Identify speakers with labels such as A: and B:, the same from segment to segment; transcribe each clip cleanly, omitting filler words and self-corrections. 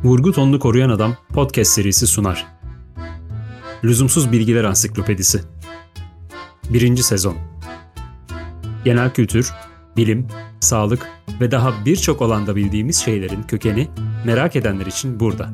A: Vurgu Tonunu Koruyan Adam podcast serisi sunar. Lüzumsuz Bilgiler Ansiklopedisi 1. Sezon. Genel kültür, bilim, sağlık ve daha birçok alanda bildiğimiz şeylerin kökeni merak edenler için burada.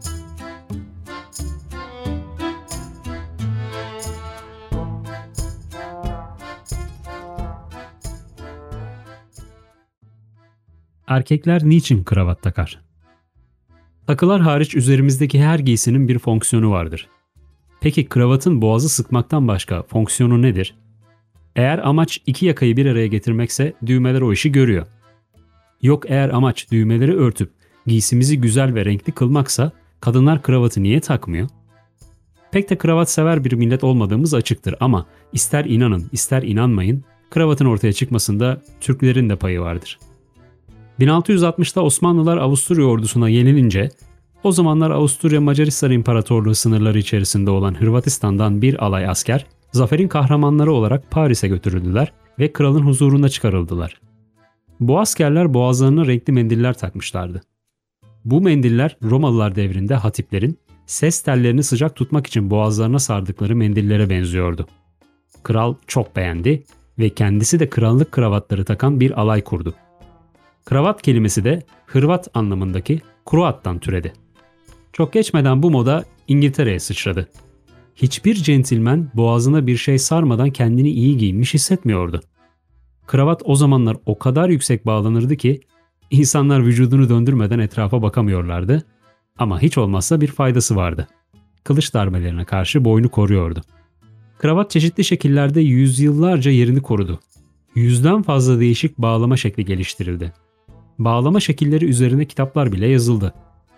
A: Erkekler niçin kravat takar? Takılar hariç üzerimizdeki her giysinin bir fonksiyonu vardır. Peki kravatın boğazı sıkmaktan başka fonksiyonu nedir? Eğer amaç iki yakayı bir araya getirmekse düğmeler o işi görüyor. Yok eğer amaç düğmeleri örtüp giysimizi güzel ve renkli kılmaksa kadınlar kravatı niye takmıyor? Pek de kravat sever bir millet olmadığımız açıktır ama ister inanın ister inanmayın kravatın ortaya çıkmasında Türklerin de payı vardır. 1660'ta Osmanlılar Avusturya ordusuna yenilince, o zamanlar Avusturya Macaristan İmparatorluğu sınırları içerisinde olan Hırvatistan'dan bir alay asker, zaferin kahramanları olarak Paris'e götürüldüler ve kralın huzuruna çıkarıldılar. Bu askerler boğazlarına renkli mendiller takmışlardı. Bu mendiller Romalılar devrinde hatiplerin ses tellerini sıcak tutmak için boğazlarına sardıkları mendillere benziyordu. Kral çok beğendi ve kendisi de krallık kravatları takan bir alay kurdu. Kravat kelimesi de Hırvat anlamındaki Kroat'tan türedi. Çok geçmeden bu moda İngiltere'ye sıçradı. Hiçbir centilmen boğazına bir şey sarmadan kendini iyi giyinmiş hissetmiyordu. Kravat o zamanlar o kadar yüksek bağlanırdı ki insanlar vücudunu döndürmeden etrafa bakamıyorlardı ama hiç olmazsa bir faydası vardı. Kılıç darbelerine karşı boynu koruyordu. Kravat çeşitli şekillerde yüzyıllarca yerini korudu. 100'den fazla değişik bağlama şekli geliştirildi. Bağlama şekilleri üzerine kitaplar bile yazıldı.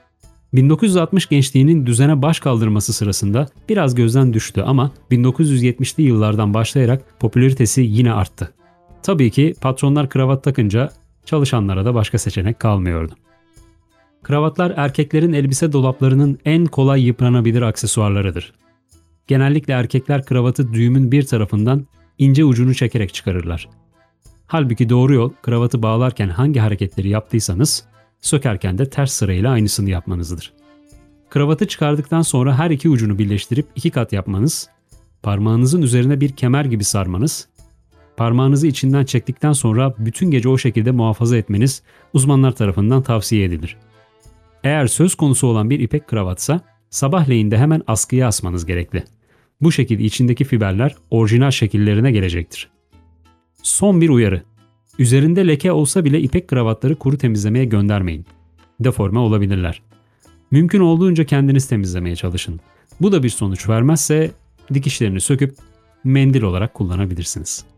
A: 1960 gençliğinin düzene baş kaldırması sırasında biraz gözden düştü ama 1970'li yıllardan başlayarak popülaritesi yine arttı. Tabii ki patronlar kravat takınca çalışanlara da başka seçenek kalmıyordu. Kravatlar erkeklerin elbise dolaplarının en kolay yıpranabilir aksesuarlarıdır. Genellikle erkekler kravatı düğümün bir tarafından ince ucunu çekerek çıkarırlar. Halbuki doğru yol kravatı bağlarken hangi hareketleri yaptıysanız sökerken de ters sırayla aynısını yapmanızdır. Kravatı çıkardıktan sonra her iki ucunu birleştirip 2 kat yapmanız, parmağınızın üzerine bir kemer gibi sarmanız, parmağınızı içinden çektikten sonra bütün gece o şekilde muhafaza etmeniz uzmanlar tarafından tavsiye edilir. Eğer söz konusu olan bir ipek kravatsa sabahleyin de hemen askıya asmanız gerekli. Bu şekilde içindeki fiberler orijinal şekillerine gelecektir. Son bir uyarı. Üzerinde leke olsa bile ipek kravatları kuru temizlemeye göndermeyin. Deforme olabilirler. Mümkün olduğunca kendiniz temizlemeye çalışın. Bu da bir sonuç vermezse dikişlerini söküp mendil olarak kullanabilirsiniz.